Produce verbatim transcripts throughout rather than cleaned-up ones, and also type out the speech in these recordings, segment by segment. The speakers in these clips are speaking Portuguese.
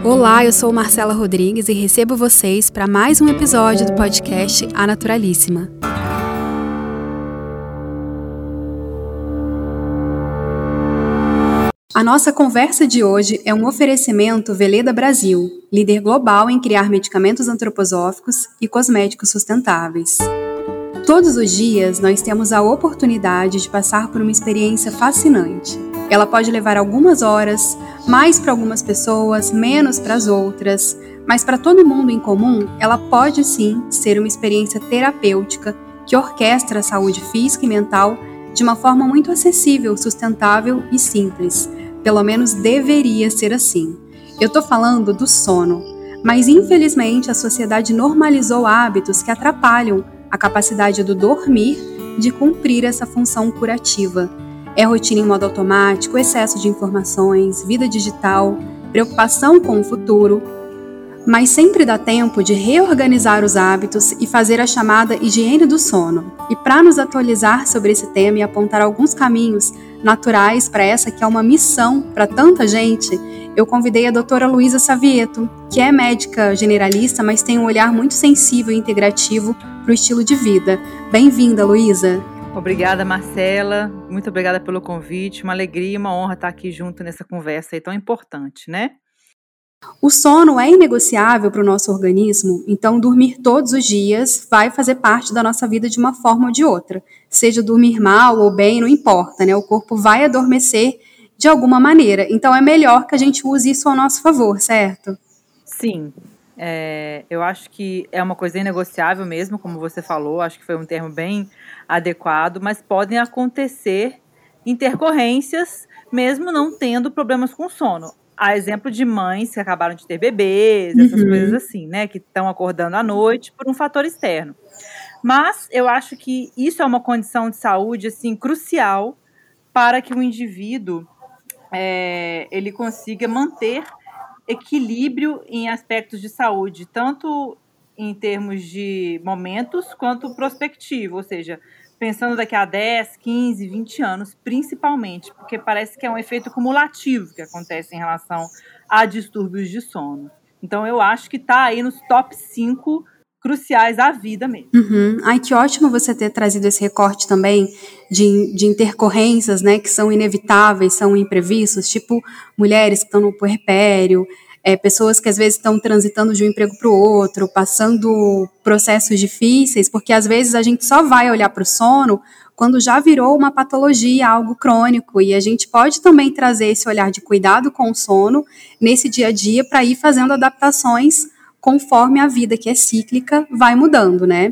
Olá, eu sou Marcela Rodrigues e recebo vocês para mais um episódio do podcast A Naturalíssima. A nossa conversa de hoje é um oferecimento Veleda Brasil, líder global em criar medicamentos antroposóficos e cosméticos sustentáveis. Todos os dias nós temos a oportunidade de passar por uma experiência fascinante. Ela pode levar algumas horas, mais para algumas pessoas, menos para as outras, mas para todo mundo em comum, ela pode sim ser uma experiência terapêutica que orquestra a saúde física e mental de uma forma muito acessível, sustentável e simples. Pelo menos deveria ser assim. Eu estou falando do sono, mas infelizmente a sociedade normalizou hábitos que atrapalham a capacidade do dormir de cumprir essa função curativa. É rotina em modo automático, excesso de informações, vida digital, preocupação com o futuro, mas sempre dá tempo de reorganizar os hábitos e fazer a chamada higiene do sono. E para nos atualizar sobre esse tema e apontar alguns caminhos naturais para essa que é uma missão para tanta gente, eu convidei a doutora Luísa Savieto, que é médica generalista, mas tem um olhar muito sensível e integrativo para o estilo de vida. Bem-vinda, Luísa. Obrigada, Marcela. Muito obrigada pelo convite. Uma alegria e uma honra estar aqui junto nessa conversa aí tão importante, né? O sono é inegociável para o nosso organismo, então dormir todos os dias vai fazer parte da nossa vida de uma forma ou de outra. Seja dormir mal ou bem, não importa, né? O corpo vai adormecer de alguma maneira. Então é melhor que a gente use isso ao nosso favor, certo? Sim. É, eu acho que é uma coisa inegociável mesmo, como você falou, acho que foi um termo bem adequado, mas podem acontecer intercorrências, mesmo não tendo problemas com sono. Há exemplo de mães que acabaram de ter bebês, essas uhum. coisas assim, né, que estão acordando à noite por um fator externo. Mas eu acho que isso é uma condição de saúde, assim, crucial para que o indivíduo é, ele consiga manter equilíbrio em aspectos de saúde, tanto em termos de momentos quanto prospectivo, ou seja, pensando daqui a dez, quinze, vinte anos, principalmente, porque parece que é um efeito cumulativo que acontece em relação a distúrbios de sono. Então, eu acho que está aí nos top cinco cruciais da vida mesmo. Uhum. Ai, que ótimo você ter trazido esse recorte também de, de intercorrências, né, que são inevitáveis, são imprevistos, tipo mulheres que estão no puerpério, é, pessoas que às vezes estão transitando de um emprego para o outro, passando processos difíceis, porque às vezes a gente só vai olhar para o sono quando já virou uma patologia, algo crônico, e a gente pode também trazer esse olhar de cuidado com o sono nesse dia a dia para ir fazendo adaptações conforme a vida, que é cíclica, vai mudando, né?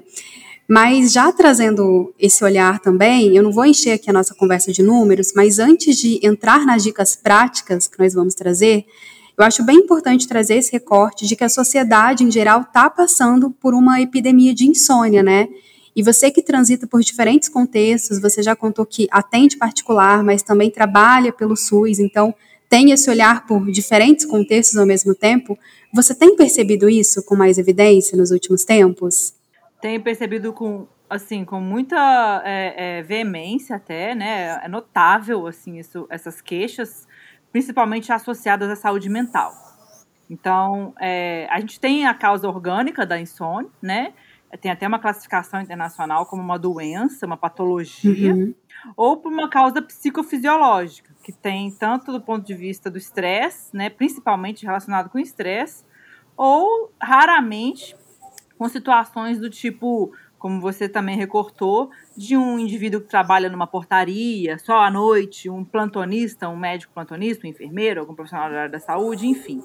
Mas já trazendo esse olhar também, eu não vou encher aqui a nossa conversa de números, mas antes de entrar nas dicas práticas que nós vamos trazer, eu acho bem importante trazer esse recorte de que a sociedade, em geral, está passando por uma epidemia de insônia, né? E você que transita por diferentes contextos, você já contou que atende particular, mas também trabalha pelo SUS, então tem esse olhar por diferentes contextos ao mesmo tempo. Você tem percebido isso com mais evidência nos últimos tempos? Tenho percebido com, assim, com muita é, é, veemência até, né? É notável, assim, isso, essas queixas, principalmente associadas à saúde mental. Então, é, a gente tem a causa orgânica da insônia, né? Tem até uma classificação internacional como uma doença, uma patologia, uhum. ou por uma causa psicofisiológica, que tem tanto do ponto de vista do estresse, né, principalmente relacionado com estresse, ou raramente com situações do tipo, como você também recortou, de um indivíduo que trabalha numa portaria, só à noite, um plantonista, um médico plantonista, um enfermeiro, algum profissional da área da saúde, enfim.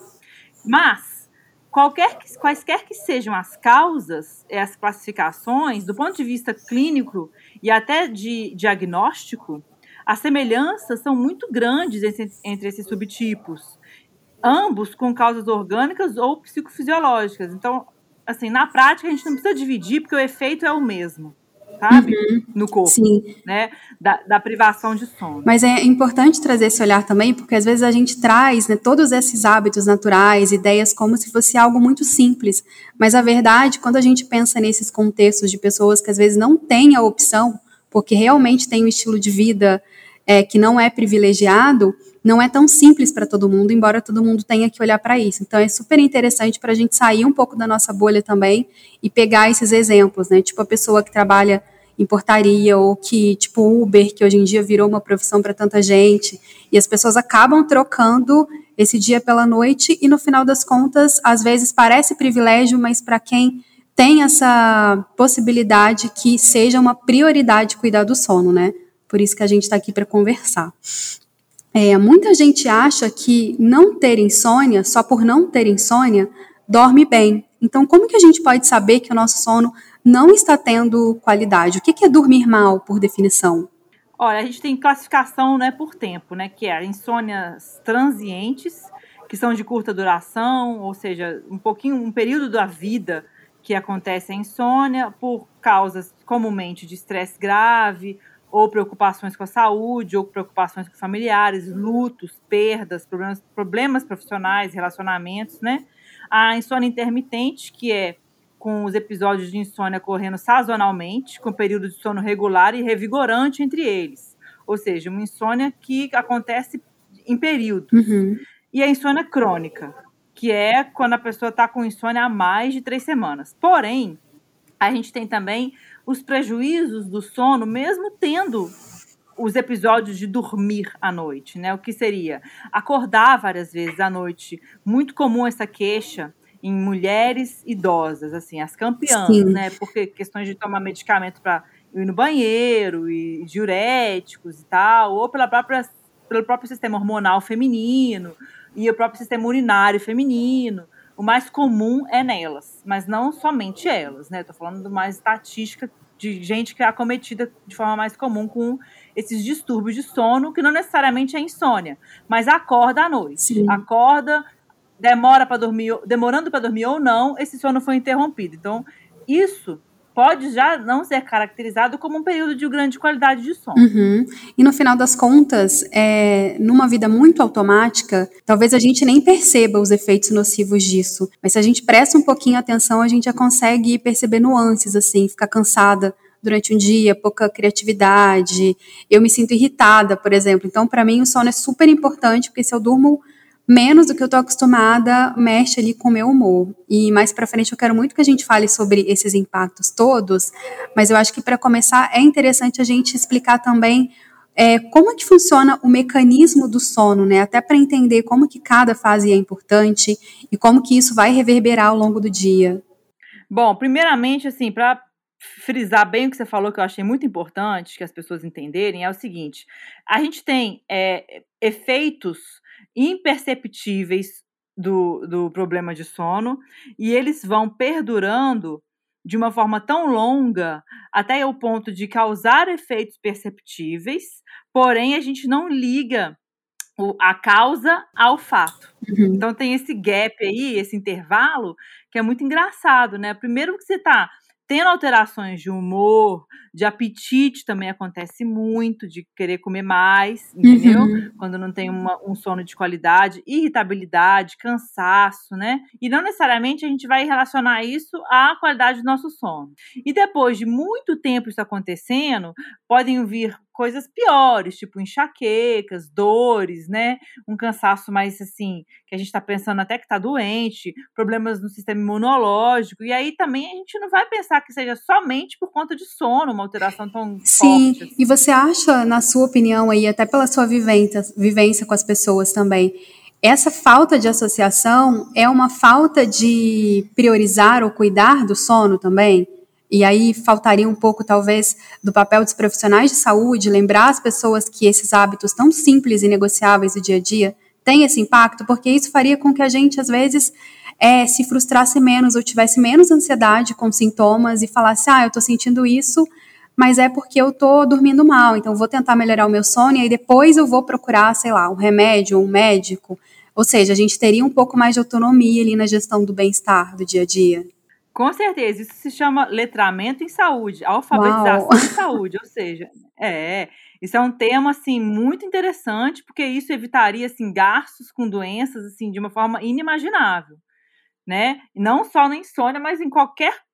Mas Qualquer, quaisquer que sejam as causas, as classificações, do ponto de vista clínico e até de diagnóstico, as semelhanças são muito grandes entre, entre esses subtipos, ambos com causas orgânicas ou psicofisiológicas. Então, assim, na prática, a gente não precisa dividir, porque o efeito é o mesmo, sabe? Uhum. No corpo, Sim. Né? Da, da privação de sono. Mas é importante trazer esse olhar também, porque às vezes a gente traz, né, todos esses hábitos naturais, ideias como se fosse algo muito simples. Mas a verdade, quando a gente pensa nesses contextos de pessoas que às vezes não têm a opção, porque realmente tem um estilo de vida é, que não é privilegiado, não é tão simples para todo mundo, embora todo mundo tenha que olhar para isso. Então, é super interessante para a gente sair um pouco da nossa bolha também e pegar esses exemplos, né? Tipo, a pessoa que trabalha em portaria ou que, tipo, Uber, que hoje em dia virou uma profissão para tanta gente, e as pessoas acabam trocando esse dia pela noite e, no final das contas, às vezes parece privilégio, mas para quem tem essa possibilidade que seja uma prioridade cuidar do sono, né? Por isso que a gente está aqui para conversar. É, muita gente acha que não ter insônia, só por não ter insônia, dorme bem. Então, como que a gente pode saber que o nosso sono não está tendo qualidade? O que é dormir mal, por definição? Olha, a gente tem classificação, né, por tempo, né, que é insônias transientes, que são de curta duração, ou seja, um pouquinho, um período da vida que acontece a insônia por causas comumente de estresse grave, ou preocupações com a saúde, ou preocupações com familiares, lutos, perdas, problemas, problemas profissionais, relacionamentos, né? A insônia intermitente, que é com os episódios de insônia ocorrendo sazonalmente, com período de sono regular e revigorante entre eles. Ou seja, uma insônia que acontece em períodos. Uhum. E a insônia crônica, que é quando a pessoa está com insônia há mais de três semanas. Porém, a gente tem também os prejuízos do sono, mesmo tendo os episódios de dormir à noite, né? O que seria acordar várias vezes à noite. Muito comum essa queixa em mulheres idosas, assim, as campeãs, Sim. né? Porque questões de tomar medicamento para ir no banheiro, e diuréticos e tal, ou pela própria, pelo próprio sistema hormonal feminino e o próprio sistema urinário feminino. O mais comum é nelas, mas não somente elas, né? Estou falando de uma estatística de gente que é acometida de forma mais comum com esses distúrbios de sono, que não necessariamente é insônia, mas acorda à noite. Sim. Acorda, demora para dormir, demorando para dormir ou não, esse sono foi interrompido. Então, isso pode já não ser caracterizado como um período de grande qualidade de sono. Uhum. E no final das contas, é, numa vida muito automática, talvez a gente nem perceba os efeitos nocivos disso. Mas se a gente presta um pouquinho atenção, a gente já consegue perceber nuances, assim, ficar cansada durante um dia, pouca criatividade. Eu me sinto irritada, por exemplo. Então, para mim, o sono é super importante, porque se eu durmo menos do que eu estou acostumada, mexe ali com o meu humor. E mais para frente eu quero muito que a gente fale sobre esses impactos todos, mas eu acho que para começar é interessante a gente explicar também é, como é que funciona o mecanismo do sono, né? Até para entender como que cada fase é importante e como que isso vai reverberar ao longo do dia. Bom, primeiramente, assim, para frisar bem o que você falou, que eu achei muito importante que as pessoas entenderem, é o seguinte: a gente tem é, efeitos imperceptíveis do, do problema de sono, e eles vão perdurando de uma forma tão longa até o ponto de causar efeitos perceptíveis, porém a gente não liga o, a causa ao fato. Uhum. Então tem esse gap aí, esse intervalo, que é muito engraçado, né? Primeiro que você está tendo alterações de humor, de apetite também acontece muito, de querer comer mais, entendeu? Uhum. Quando não tem uma, um sono de qualidade, irritabilidade, cansaço, né? E não necessariamente a gente vai relacionar isso à qualidade do nosso sono. E depois de muito tempo isso acontecendo, podem vir coisas piores, tipo enxaquecas, dores, né? Um cansaço mais assim, que a gente está pensando até que está doente, problemas no sistema imunológico, e aí também a gente não vai pensar que seja somente por conta de sono, uma alteração tão Sim, forte. Assim. E você acha, na sua opinião aí, até pela sua vivência, vivência com as pessoas também, essa falta de associação é uma falta de priorizar ou cuidar do sono também? E aí faltaria um pouco, talvez, do papel dos profissionais de saúde, lembrar as pessoas que esses hábitos tão simples e negociáveis do dia a dia têm esse impacto, porque isso faria com que a gente, às vezes, é, se frustrasse menos ou tivesse menos ansiedade com sintomas e falasse, ah, eu tô sentindo isso, mas é porque eu tô dormindo mal, então eu vou tentar melhorar o meu sono e aí depois eu vou procurar, sei lá, um remédio, um médico. Ou seja, a gente teria um pouco mais de autonomia ali na gestão do bem-estar do dia a dia. Com certeza, isso se chama letramento em saúde, alfabetização Uau. em saúde, ou seja, é, isso é um tema, assim, muito interessante, porque isso evitaria, assim, gastos com doenças, assim, de uma forma inimaginável, né? Não só na insônia, mas em qualquer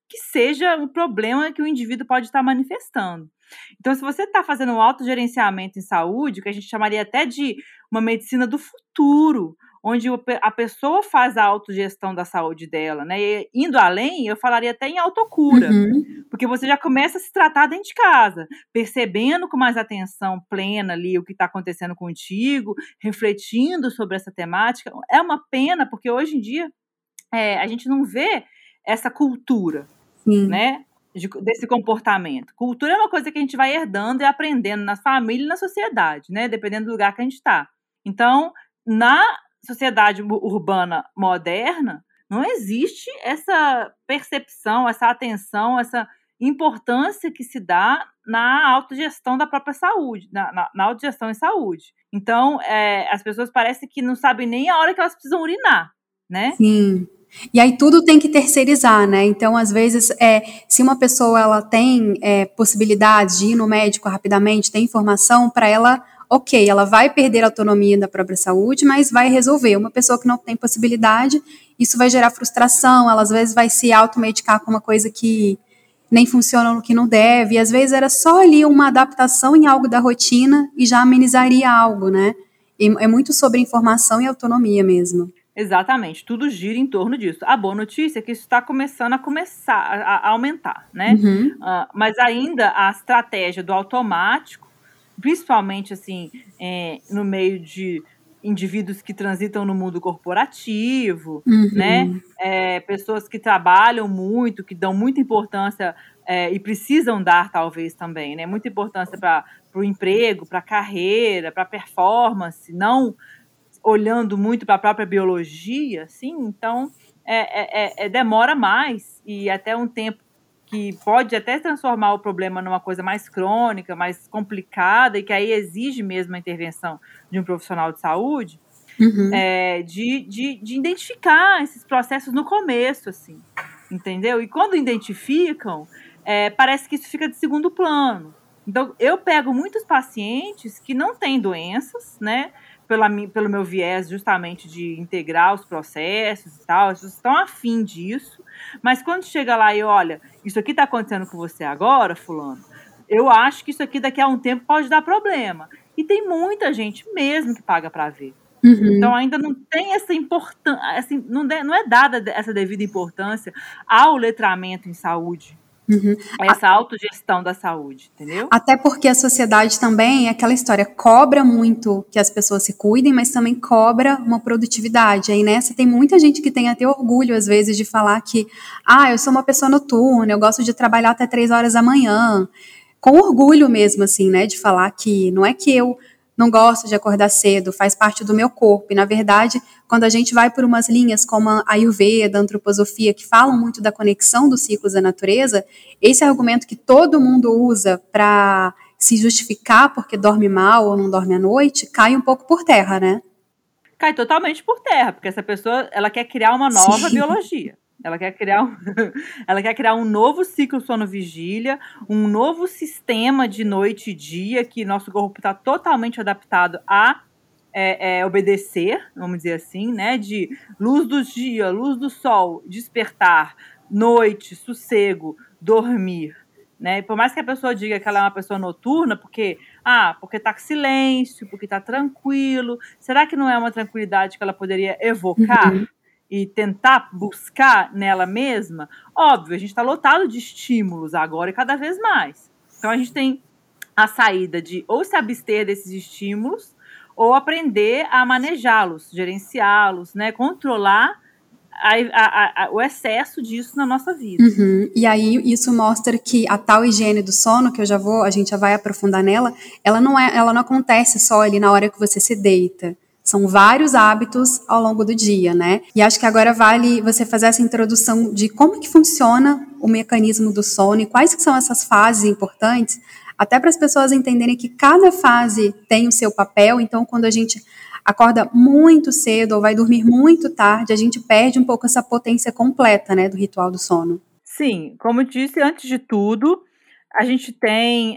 que seja um problema que o indivíduo pode estar manifestando. Então, se você está fazendo um autogerenciamento em saúde, que a gente chamaria até de uma medicina do futuro, onde a pessoa faz a autogestão da saúde dela, né? E indo além, eu falaria até em autocura, uhum. porque você já começa a se tratar dentro de casa, percebendo com mais atenção plena ali o que está acontecendo contigo, refletindo sobre essa temática. É uma pena, porque hoje em dia é, a gente não vê essa cultura, Sim. né? De, desse comportamento. Cultura é uma coisa que a gente vai herdando e aprendendo na família e na sociedade, né? Dependendo do lugar que a gente está. Então, na sociedade urbana moderna, não existe essa percepção, essa atenção, essa importância que se dá na autogestão da própria saúde, na, na, na autogestão em saúde. Então, é, as pessoas parecem que não sabem nem a hora que elas precisam urinar, né? Sim. E aí tudo tem que terceirizar, né? Então, às vezes, é, se uma pessoa ela tem é, possibilidade de ir no médico rapidamente, tem informação para ela, ok, ela vai perder a autonomia da própria saúde, mas vai resolver. Uma pessoa que não tem possibilidade, isso vai gerar frustração, ela às vezes vai se automedicar com uma coisa que nem funciona no que não deve, e às vezes era só ali uma adaptação em algo da rotina e já amenizaria algo, né? E é muito sobre informação e autonomia mesmo. Exatamente, tudo gira em torno disso. A boa notícia é que isso está começando a começar a, a aumentar, né? Uhum. Uh, mas ainda a estratégia do automático, principalmente assim, é, no meio de indivíduos que transitam no mundo corporativo, uhum. né? É, pessoas que trabalham muito, que dão muita importância é, e precisam dar, talvez, também, né? Muita importância para o emprego, para a carreira, para a performance, não olhando muito para a própria biologia, assim, então é, é, é, demora mais e até um tempo que pode até transformar o problema numa coisa mais crônica, mais complicada e que aí exige mesmo a intervenção de um profissional de saúde, uhum. é, de, de, de identificar esses processos no começo, assim, entendeu? E quando identificam, é, parece que isso fica de segundo plano. Então, eu pego muitos pacientes que não têm doenças, né, Pela, pelo meu viés justamente de integrar os processos e tal, eles estão afim disso, mas quando chega lá e olha, isso aqui está acontecendo com você agora, fulano, eu acho que isso aqui daqui a um tempo pode dar problema. E tem muita gente mesmo que paga para ver. Uhum. Então ainda não tem essa importância, assim, não, de, não é dada essa devida importância ao letramento em saúde. Uhum. Essa autogestão da saúde, entendeu? Até porque a sociedade também é aquela história, cobra muito que as pessoas se cuidem, mas também cobra uma produtividade. Aí nessa tem muita gente que tem até orgulho, às vezes, de falar que ah, eu sou uma pessoa noturna, eu gosto de trabalhar até três horas da manhã. Com orgulho mesmo, assim, né? De falar que não é que eu não gosto de acordar cedo, faz parte do meu corpo. E, na verdade, quando a gente vai por umas linhas como a Ayurveda, a antroposofia, que falam muito da conexão dos ciclos da natureza, esse argumento que todo mundo usa para se justificar porque dorme mal ou não dorme à noite, cai um pouco por terra, né? Cai totalmente por terra, porque essa pessoa ela quer criar uma nova Sim. biologia. Ela quer criar um, ela quer criar um novo ciclo sono-vigília, um novo sistema de noite e dia que nosso corpo está totalmente adaptado a é, é, obedecer, vamos dizer assim, né? De luz do dia, luz do sol, despertar, noite, sossego, dormir. Né? E por mais que a pessoa diga que ela é uma pessoa noturna, porque ah, porque está com silêncio, porque está tranquilo, será que não é uma tranquilidade que ela poderia evocar? Uhum. E tentar buscar nela mesma? Óbvio, a gente está lotado de estímulos agora e cada vez mais. Então a gente tem a saída de ou se abster desses estímulos ou aprender a manejá-los, gerenciá-los, né? Controlar a, a, a, o excesso disso na nossa vida. Uhum. E aí isso mostra que a tal higiene do sono, que eu já vou, a gente já vai aprofundar nela, ela não, é, ela não acontece só ali na hora que você se deita. São vários hábitos ao longo do dia, né? E acho que agora vale você fazer essa introdução de como que funciona o mecanismo do sono e quais que são essas fases importantes, até para as pessoas entenderem que cada fase tem o seu papel. Então, quando a gente acorda muito cedo ou vai dormir muito tarde, a gente perde um pouco essa potência completa, né, do ritual do sono. Sim, como eu disse, antes de tudo, a gente tem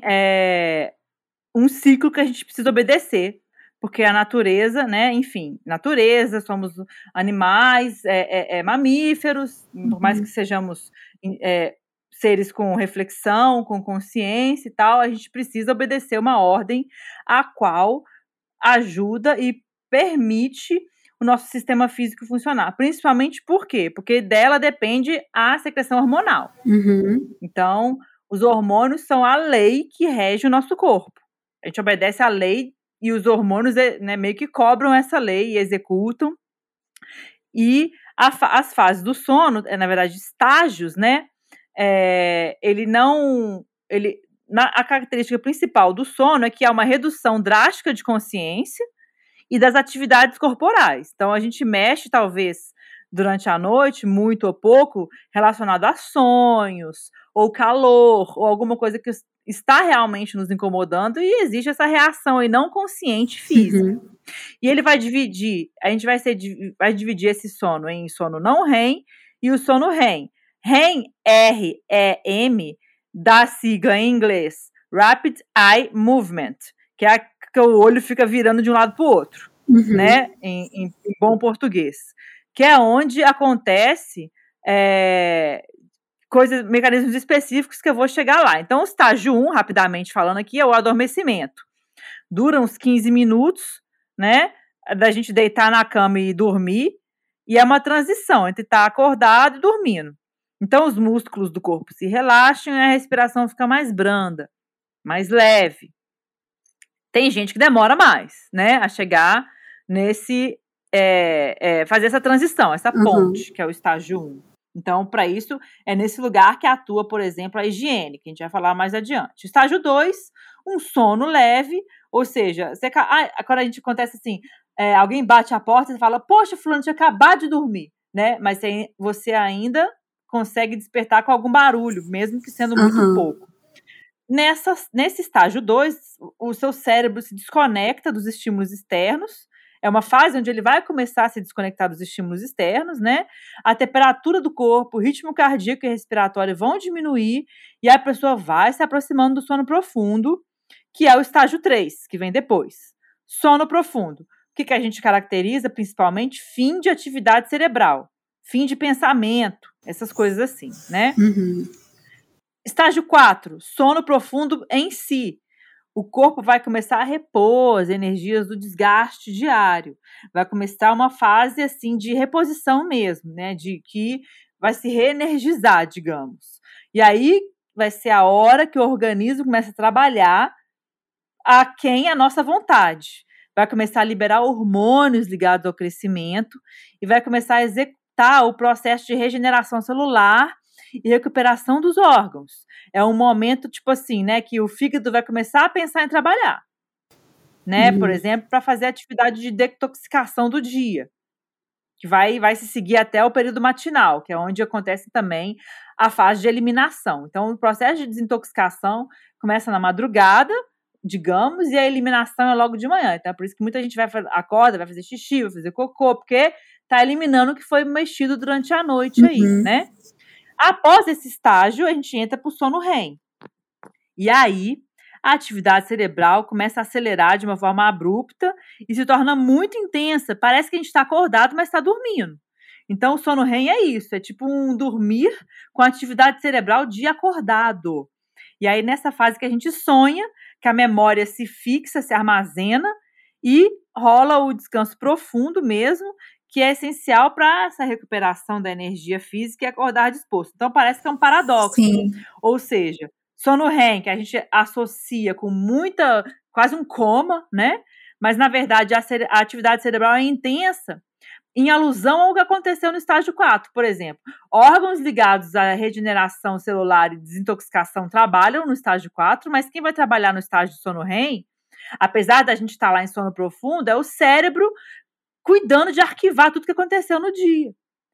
é, um ciclo que a gente precisa obedecer. Porque a natureza, né, enfim, natureza, somos animais, é, é, é, mamíferos, por mais que sejamos é, seres com reflexão, com consciência e tal, a gente precisa obedecer uma ordem a qual ajuda e permite o nosso sistema físico funcionar. Principalmente por quê? Porque dela depende a secreção hormonal. Uhum. Então, os hormônios são a lei que rege o nosso corpo. A gente obedece à lei e os hormônios, né, meio que cobram essa lei e executam. E a, as fases do sono, na verdade, estágios, né? É, ele não... Ele, na, a característica principal do sono é que há uma redução drástica de consciência e das atividades corporais. Então, a gente mexe, talvez, durante a noite, muito ou pouco, relacionado a sonhos, ou calor, ou alguma coisa que está realmente nos incomodando, e existe essa reação aí não consciente física. Uhum. E ele vai dividir, a gente vai, ser, vai dividir esse sono em sono não R E M e o sono R E M. R E M, R E M, da sigla em inglês, Rapid Eye Movement, que é a, que o olho fica virando de um lado para o outro, uhum. né, em, em, em bom português, que é onde acontece é, coisas, mecanismos específicos que eu vou chegar lá. Então, o estágio um, rapidamente falando aqui, é o adormecimento. Dura uns quinze minutos, né, da gente deitar na cama e dormir, e é uma transição entre estar acordado e dormindo. Então, os músculos do corpo se relaxam e a respiração fica mais branda, mais leve. Tem gente que demora mais, né, a chegar nesse, é, é, fazer essa transição, essa ponte, uhum. que é o estágio um. Então, para isso, é nesse lugar que atua, por exemplo, a higiene, que a gente vai falar mais adiante. Estágio dois, um sono leve, ou seja, você, ah, quando a gente acontece assim, é, alguém bate a porta e fala, poxa, fulano tinha acabado de dormir, né, mas você ainda consegue despertar com algum barulho, mesmo que sendo muito uhum. pouco. Nessa, nesse estágio dois, o seu cérebro se desconecta dos estímulos externos, é uma fase onde ele vai começar a se desconectar dos estímulos externos, né? A temperatura do corpo, o ritmo cardíaco e respiratório vão diminuir e a pessoa vai se aproximando do sono profundo, que é o estágio três, que vem depois. Sono profundo. O que, que a gente caracteriza? Principalmente fim de atividade cerebral, fim de pensamento, essas coisas assim, né? Uhum. Estágio quatro, sono profundo em si. O corpo vai começar a repor as energias do desgaste diário. Vai começar uma fase, assim, de reposição mesmo, né? De que vai se reenergizar, digamos. E aí vai ser a hora que o organismo começa a trabalhar a quem a nossa vontade. Vai começar a liberar hormônios ligados ao crescimento e vai começar a executar o processo de regeneração celular e recuperação dos órgãos. É um momento, tipo assim, né, que o fígado vai começar a pensar em trabalhar, né, uhum. por exemplo, para fazer a atividade de detoxicação do dia, que vai, vai se seguir até o período matinal, que é onde acontece também a fase de eliminação. Então, o processo de desintoxicação começa na madrugada, digamos, e a eliminação é logo de manhã. Então, é por isso que muita gente vai acorda, vai fazer xixi, vai fazer cocô, porque está eliminando o que foi mexido durante a noite uhum. aí, né? Após esse estágio, a gente entra para o sono R E M. E aí, a atividade cerebral começa a acelerar de uma forma abrupta e se torna muito intensa. Parece que a gente está acordado, mas está dormindo. Então, o sono R E M é isso, é tipo um dormir com atividade cerebral de acordado. E aí, nessa fase que a gente sonha, que a memória se fixa, se armazena e rola o descanso profundo mesmo, que é essencial para essa recuperação da energia física e acordar disposto. Então, parece que é um paradoxo. Sim. Ou seja, sono R E M, que a gente associa com muita, quase um coma, né? Mas, na verdade, a, cere- a atividade cerebral é intensa, em alusão ao que aconteceu no estágio quatro, por exemplo. Órgãos ligados à regeneração celular e desintoxicação trabalham no estágio quatro, mas quem vai trabalhar no estágio de sono R E M, apesar da gente estar lá em sono profundo, é o cérebro cuidando de arquivar tudo que aconteceu no dia.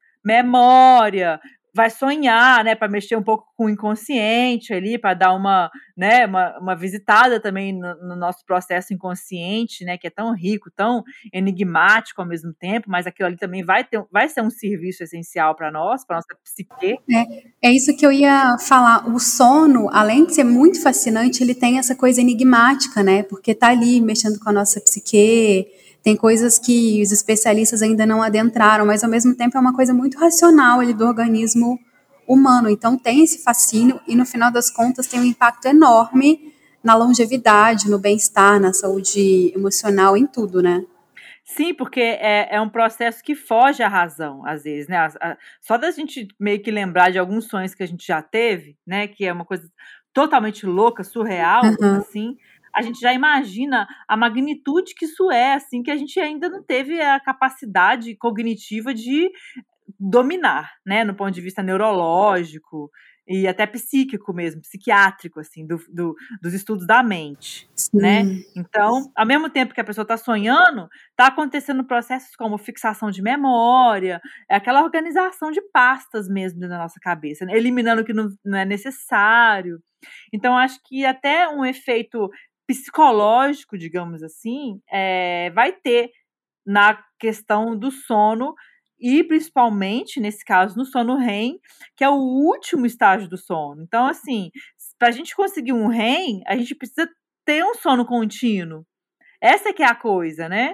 Memória, vai sonhar, né, para mexer um pouco com o inconsciente ali, para dar uma, né, uma, uma visitada também no, no nosso processo inconsciente, né, que é tão rico, tão enigmático ao mesmo tempo, mas aquilo ali também vai, ter, vai ser um serviço essencial para nós, para nossa psique. É, é isso que eu ia falar. O sono, além de ser muito fascinante, ele tem essa coisa enigmática, né, porque tá ali mexendo com a nossa psique. Tem coisas que os especialistas ainda não adentraram, mas ao mesmo tempo é uma coisa muito racional ali do organismo humano. Então tem esse fascínio e no final das contas tem um impacto enorme na longevidade, no bem-estar, na saúde emocional, em tudo, né? Sim, porque é, é um processo que foge à razão, às vezes, né? A, a, só da gente meio que lembrar de alguns sonhos que a gente já teve, né? Que é uma coisa totalmente louca, surreal, Uhum. assim, a gente já imagina a magnitude que isso é, assim, que a gente ainda não teve a capacidade cognitiva de dominar, né? No ponto de vista neurológico e até psíquico mesmo, psiquiátrico, assim, do, do, dos estudos da mente, Sim. né? Então, ao mesmo tempo que a pessoa está sonhando, está acontecendo processos como fixação de memória, é aquela organização de pastas mesmo na nossa cabeça, né? Eliminando o que não, não é necessário. Então, acho que até um efeito psicológico, digamos assim, é, vai ter na questão do sono, e principalmente, nesse caso, no sono REM, que é o último estágio do sono. Então, assim, para a gente conseguir um REM, a gente precisa ter um sono contínuo. Essa que é a coisa, né?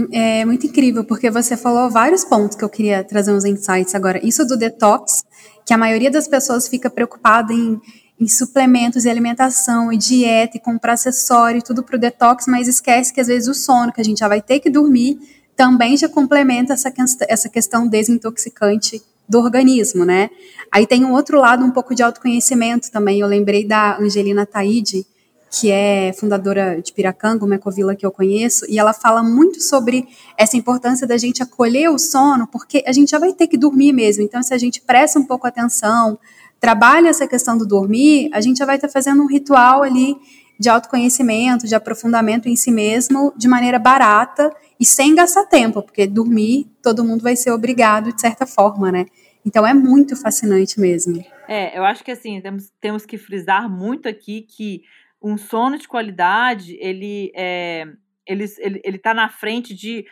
É muito incrível, porque você falou vários pontos que eu queria trazer uns insights agora. Isso do detox, que a maioria das pessoas fica preocupada em, em suplementos e alimentação e dieta e comprar acessório e tudo pro detox, mas esquece que às vezes o sono, que a gente já vai ter que dormir, também já complementa essa, essa questão desintoxicante do organismo, né? Aí tem um outro lado, um pouco de autoconhecimento também. Eu lembrei da Angelina Taide, que é fundadora de Piracanga, uma ecovila que eu conheço, e ela fala muito sobre essa importância da gente acolher o sono, porque a gente já vai ter que dormir mesmo. Então, se a gente presta um pouco atenção, trabalha essa questão do dormir, a gente já vai estar fazendo um ritual ali de autoconhecimento, de aprofundamento em si mesmo, de maneira barata e sem gastar tempo, porque dormir todo mundo vai ser obrigado de certa forma, né? Então é muito fascinante mesmo. É, eu acho que assim, temos, temos que frisar muito aqui que um sono de qualidade, ele é, ele, ele, ele tá na frente de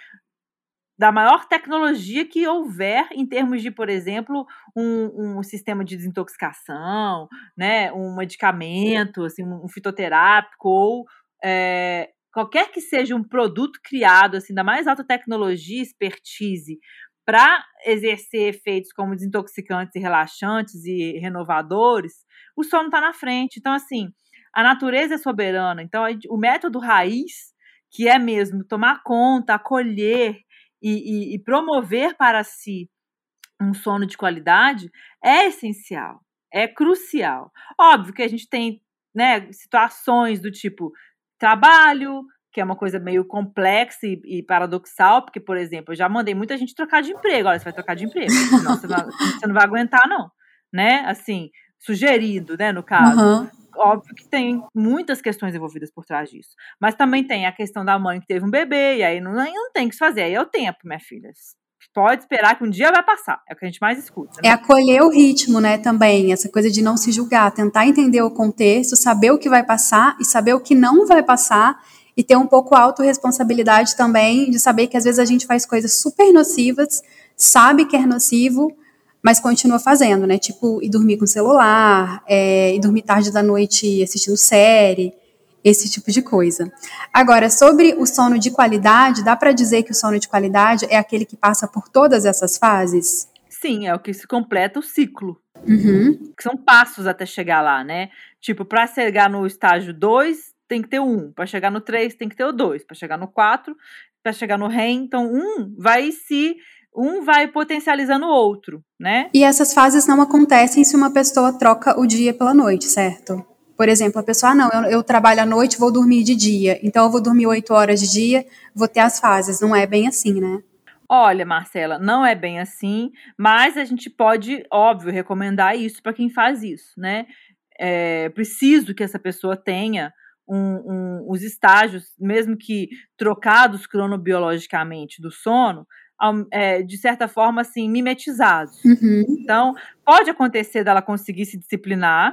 da maior tecnologia que houver em termos de, por exemplo, um, um sistema de desintoxicação, né, um medicamento, assim, um fitoterápico, ou é, qualquer que seja um produto criado assim, da mais alta tecnologia, expertise, para exercer efeitos como desintoxicantes e relaxantes e renovadores, o sono está na frente. Então, assim, a natureza é soberana. Então, o método raiz, que é mesmo tomar conta, acolher, E, e, e promover para si um sono de qualidade é essencial, é crucial. Óbvio que a gente tem, né, situações do tipo trabalho, que é uma coisa meio complexa e, e paradoxal, porque, por exemplo, eu já mandei muita gente trocar de emprego. Olha, você vai trocar de emprego, senão você não, você não vai aguentar, não. Né? Assim, sugerindo, né, no caso. Uhum. Óbvio que tem muitas questões envolvidas por trás disso. Mas também tem a questão da mãe que teve um bebê, e aí não, não tem o que se fazer. Aí é o tempo, minha filha. Pode esperar que um dia vai passar. É o que a gente mais escuta. Né? É acolher o ritmo, né, também. Essa coisa de não se julgar. Tentar entender o contexto, saber o que vai passar e saber o que não vai passar. E ter um pouco a autorresponsabilidade também de saber que às vezes a gente faz coisas super nocivas, sabe que é nocivo, mas continua fazendo, né? Tipo, ir dormir com o celular, é, ir dormir tarde da noite assistindo série, esse tipo de coisa. Agora, sobre o sono de qualidade, dá para dizer que o sono de qualidade é aquele que passa por todas essas fases? Sim, é o que se completa o ciclo. Uhum. Que são passos até chegar lá, né? Tipo, para chegar no estágio dois, tem que ter o um. Para chegar no três, tem que ter o dois. Para chegar no quatro, para chegar no REM. Então, um vai se... Um vai potencializando o outro, né? E essas fases não acontecem se uma pessoa troca o dia pela noite, certo? Por exemplo, a pessoa, ah, não, eu, eu trabalho à noite, vou dormir de dia. Então, eu vou dormir oito horas de dia, vou ter as fases. Não é bem assim, né? Olha, Marcela, não é bem assim, mas a gente pode, óbvio, recomendar isso para quem faz isso, né? É preciso que essa pessoa tenha um, um, os estágios, mesmo que trocados cronobiologicamente do sono, é, de certa forma, assim, mimetizados. Uhum. Então, pode acontecer dela conseguir se disciplinar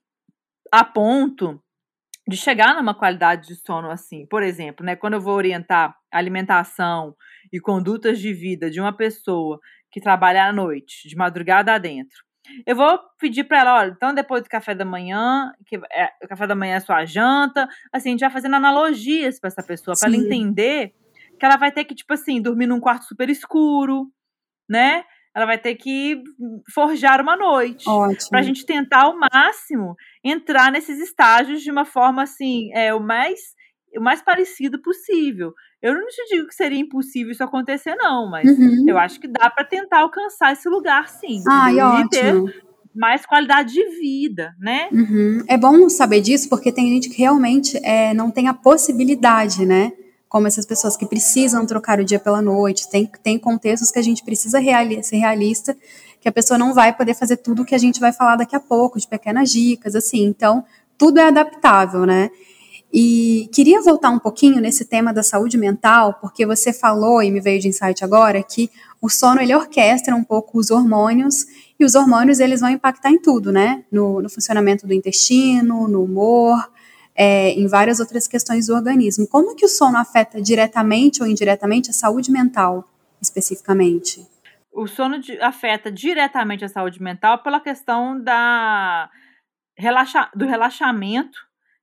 a ponto de chegar numa qualidade de sono assim. Por exemplo, né, quando eu vou orientar alimentação e condutas de vida de uma pessoa que trabalha à noite, de madrugada adentro, eu vou pedir para ela, olha, então depois do café da manhã, que é, o café da manhã é sua janta, assim, a gente vai fazendo analogias para essa pessoa, para ela entender que ela vai ter que, tipo assim, dormir num quarto super escuro, né? ela vai ter que forjar uma noite. Ótimo. Pra gente tentar ao máximo entrar nesses estágios de uma forma assim, é, o mais, o mais parecido possível. Eu não te digo que seria impossível isso acontecer, não, mas Uhum. eu acho que dá para tentar alcançar esse lugar, sim. Ai, entendeu? E ter ótimo. mais qualidade de vida, né? Uhum. É bom saber disso, porque tem gente que realmente é, não tem a possibilidade, né? Como essas pessoas que precisam trocar o dia pela noite. Tem, tem contextos que a gente precisa reali- ser realista, que a pessoa não vai poder fazer tudo que a gente vai falar daqui a pouco, de pequenas dicas, assim. Então, tudo é adaptável, né? E queria voltar um pouquinho nesse tema da saúde mental, porque você falou, e me veio de insight agora, que o sono ele orquestra um pouco os hormônios, e os hormônios eles vão impactar em tudo, né? No, no funcionamento do intestino, no humor, é, em várias outras questões do organismo. Como que o sono afeta diretamente ou indiretamente a saúde mental, especificamente? O sono de, afeta diretamente a saúde mental pela questão da, relaxa, do relaxamento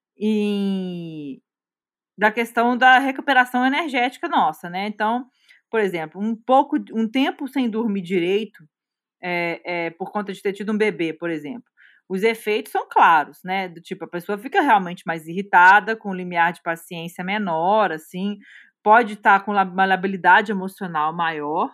e da questão da recuperação energética nossa, né? Então, por exemplo, um pouco, um tempo sem dormir direito, é, é, por conta de ter tido um bebê, por exemplo, os efeitos são claros, né? Do tipo, a pessoa fica realmente mais irritada, com um limiar de paciência menor, assim, pode estar com uma labilidade emocional maior,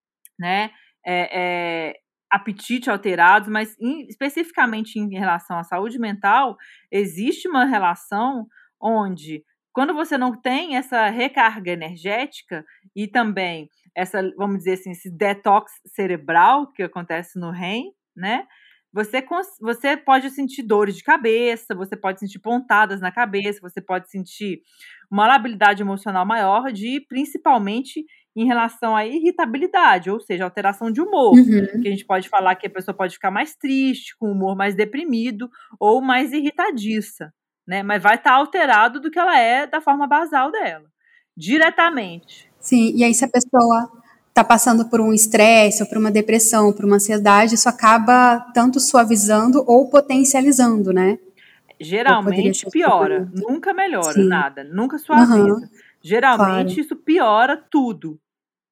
né? É, é, apetite alterado, mas em, especificamente em relação à saúde mental, existe uma relação onde, quando você não tem essa recarga energética e também essa, vamos dizer assim, esse detox cerebral que acontece no R E M, né? Você, você pode sentir dores de cabeça, você pode sentir pontadas na cabeça, você pode sentir uma labilidade emocional maior, de principalmente em relação à irritabilidade, ou seja, alteração de humor, Uhum. que a gente pode falar que a pessoa pode ficar mais triste, com o humor mais deprimido ou mais irritadiça, né? Mas vai estar alterado do que ela é da forma basal dela, diretamente. Sim, e aí se a pessoa está passando por um estresse, ou por uma depressão, por uma ansiedade, isso acaba tanto suavizando ou potencializando, né? Ou poderia Geralmente ser piora, suplemento. nunca melhora Sim. nada, nunca Aham, suaviza. Geralmente claro. isso piora tudo.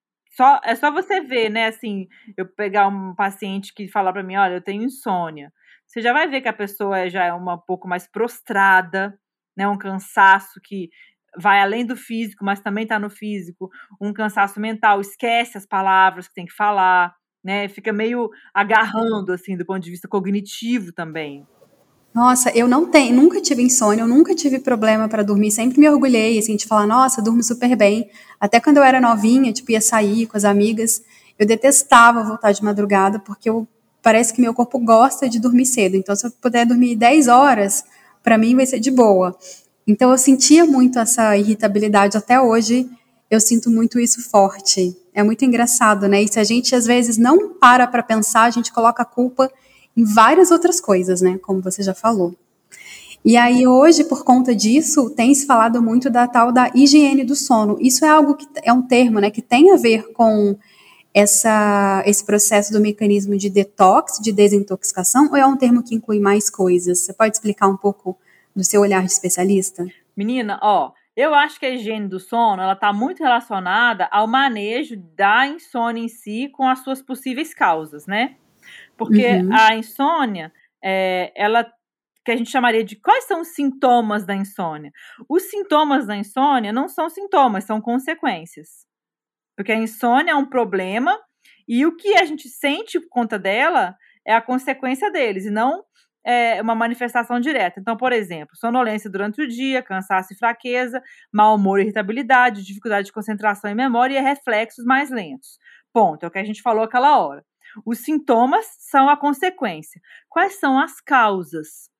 Só, é só você ver, né, assim, eu pegar um paciente que falar para mim, olha, eu tenho insônia. Você já vai ver que a pessoa já é uma um pouco mais prostrada, né, um cansaço que vai além do físico, mas também está no físico, um cansaço mental, esquece as palavras que tem que falar, né, fica meio agarrando, assim, do ponto de vista cognitivo também. Nossa, eu não tenho, nunca tive insônia, eu nunca tive problema para dormir, sempre me orgulhei, assim, de falar, nossa, durmo super bem. Até quando eu era novinha, tipo, ia sair com as amigas, eu detestava voltar de madrugada, porque eu, parece que meu corpo gosta de dormir cedo. Então, se eu puder dormir dez horas, para mim vai ser de boa. Então, eu sentia muito essa irritabilidade, até hoje eu sinto muito isso forte. É muito engraçado, né? E se a gente, às vezes, não para para pensar, a gente coloca a culpa em várias outras coisas, né? Como você já falou. E aí hoje, por conta disso, tem se falado muito da tal da higiene do sono. Isso é algo que é um termo, né, que tem a ver com essa, esse processo do mecanismo de detox, de desintoxicação, ou é um termo que inclui mais coisas? Você pode explicar um pouco do seu olhar de especialista? Menina, ó, eu acho que a higiene do sono, ela tá muito relacionada ao manejo da insônia em si com as suas possíveis causas, né? Porque Uhum. a insônia, é, ela, que a gente chamaria de quais são os sintomas da insônia? Os sintomas da insônia não são sintomas, são consequências. Porque a insônia é um problema e o que a gente sente por conta dela é a consequência deles, e não é, uma manifestação direta. Então, por exemplo, sonolência durante o dia, cansaço e fraqueza, mau humor e irritabilidade, dificuldade de concentração e memória e reflexos mais lentos. Ponto, é o que a gente falou aquela hora. Os sintomas são a consequência. Quais são as causas?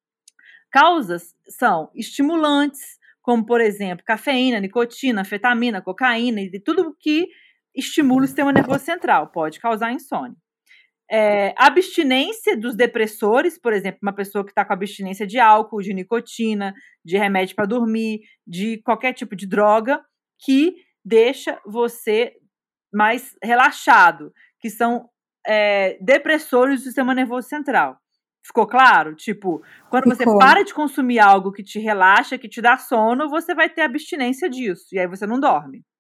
Causas são estimulantes, como, por exemplo, cafeína, nicotina, anfetamina, cocaína e tudo que estimula o sistema nervoso central, pode causar insônia. É, abstinência dos depressores, por exemplo, uma pessoa que está com abstinência de álcool, de nicotina, de remédio para dormir, de qualquer tipo de droga que deixa você mais relaxado, que são é, depressores do sistema nervoso central. Ficou claro? Tipo, quando você Ficou. para de consumir algo que te relaxa, que te dá sono, você vai ter abstinência disso, e aí você não dorme.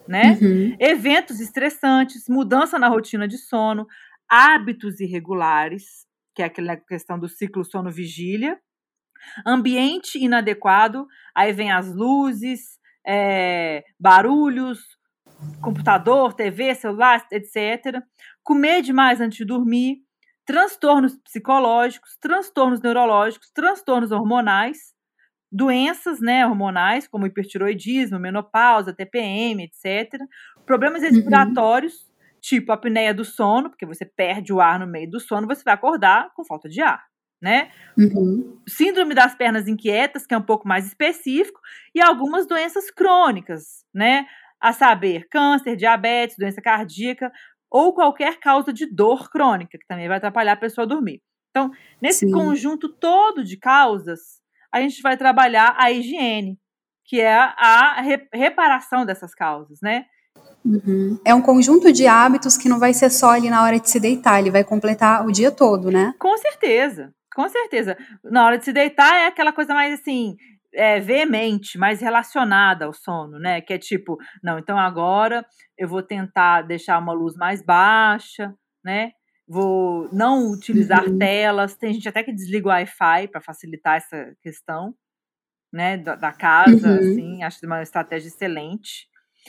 né? Uhum. Eventos estressantes, mudança na rotina de sono, hábitos irregulares, que é aquela questão do ciclo sono-vigília, ambiente inadequado, aí vem as luzes, é, barulhos, computador, T V, celular, etcétera. Comer demais antes de dormir, transtornos psicológicos, transtornos neurológicos, transtornos hormonais, doenças, né, hormonais, como hipertiroidismo, menopausa, T P M, etcétera. Problemas respiratórios, uhum. tipo apneia do sono, porque você perde o ar no meio do sono, você vai acordar com falta de ar, né? Uhum. Síndrome das pernas inquietas, que é um pouco mais específico, e algumas doenças crônicas, né? A saber, câncer, diabetes, doença cardíaca, ou qualquer causa de dor crônica, que também vai atrapalhar a pessoa a dormir. Então, nesse Sim. conjunto todo de causas, a gente vai trabalhar a higiene, que é a re- reparação dessas causas, né? Uhum. É um conjunto de hábitos que não vai ser só ali na hora de se deitar, ele vai completar o dia todo, né? Com certeza, com certeza. Na hora de se deitar é aquela coisa mais assim, é, veemente, mais relacionada ao sono, né? Que é tipo, não, então agora eu vou tentar deixar uma luz mais baixa, né? Vou não utilizar uhum. telas. Tem gente até que desliga o Wi-Fi para facilitar essa questão, né? Da, da casa, uhum. assim, acho uma estratégia excelente.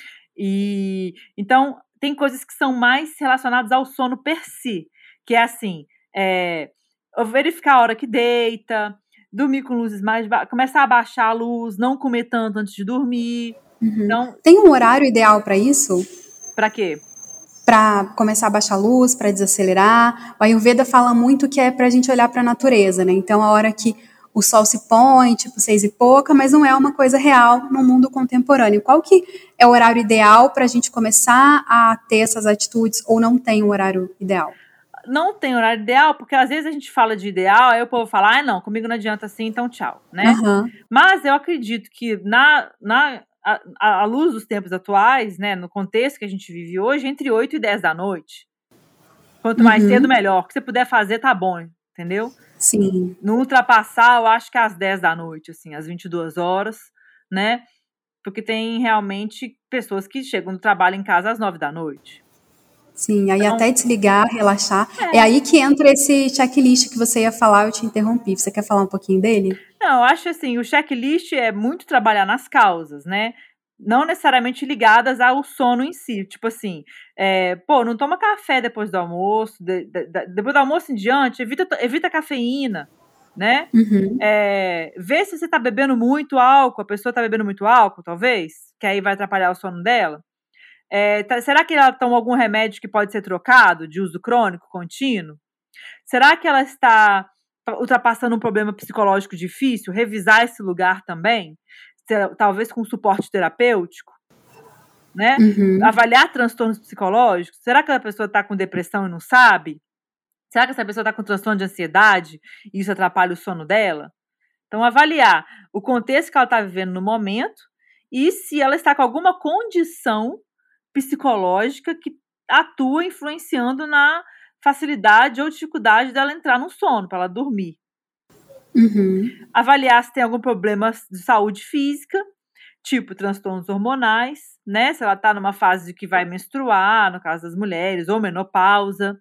E então tem coisas que são mais relacionadas ao sono per si, que é assim, é, verificar a hora que deita, dormir com luzes mais baixas, começar a baixar a luz, não comer tanto antes de dormir. Uhum. Então, tem um horário ideal para isso? Para quê? Para começar a baixar a luz, para desacelerar. O Ayurveda fala muito que é para a gente olhar para a natureza, né? Então, a hora que o sol se põe, tipo seis e pouca, mas não é uma coisa real no mundo contemporâneo. Qual que é o horário ideal para a gente começar a ter essas atitudes, ou não tem um horário ideal? Não tem horário ideal, porque às vezes a gente fala de ideal, aí o povo fala, ah, não, comigo não adianta assim, então tchau, né? Uhum. Mas eu acredito que na, na a, a luz dos tempos atuais, né, no contexto que a gente vive hoje, entre oito e dez da noite. Quanto mais uhum. cedo, melhor. O que você puder fazer, tá bom, entendeu? Sim. Não ultrapassar, eu acho que às dez da noite, assim, às vinte e duas horas, né? Porque tem realmente pessoas que chegam do trabalho em casa às nove da noite. Sim, aí então, até desligar, relaxar. É. é aí que entra esse checklist que você ia falar, eu te interrompi. Você quer falar um pouquinho dele? Não, eu acho assim, o checklist é muito trabalhar nas causas, né? Não necessariamente ligadas ao sono em si. Tipo assim, é, pô, não toma café depois do almoço, de, de, de, depois do almoço em diante, evita, evita cafeína, né? Uhum. É, vê se você tá bebendo muito álcool, a pessoa tá bebendo muito álcool, talvez, que aí vai atrapalhar o sono dela. É, tá, será que ela toma algum remédio que pode ser trocado, de uso crônico, contínuo? Será que ela está ultrapassando um problema psicológico difícil? Revisar esse lugar também? Talvez com suporte terapêutico? Né? Uhum. Avaliar transtornos psicológicos? Será que a pessoa está com depressão e não sabe? Será que essa pessoa está com transtorno de ansiedade e isso atrapalha o sono dela? Então, avaliar o contexto que ela está vivendo no momento e se ela está com alguma condição psicológica que atua influenciando na facilidade ou dificuldade dela entrar no sono, para ela dormir. Uhum. Avaliar se tem algum problema de saúde física, tipo transtornos hormonais, né? Se ela está numa fase de que vai menstruar, no caso das mulheres, ou menopausa.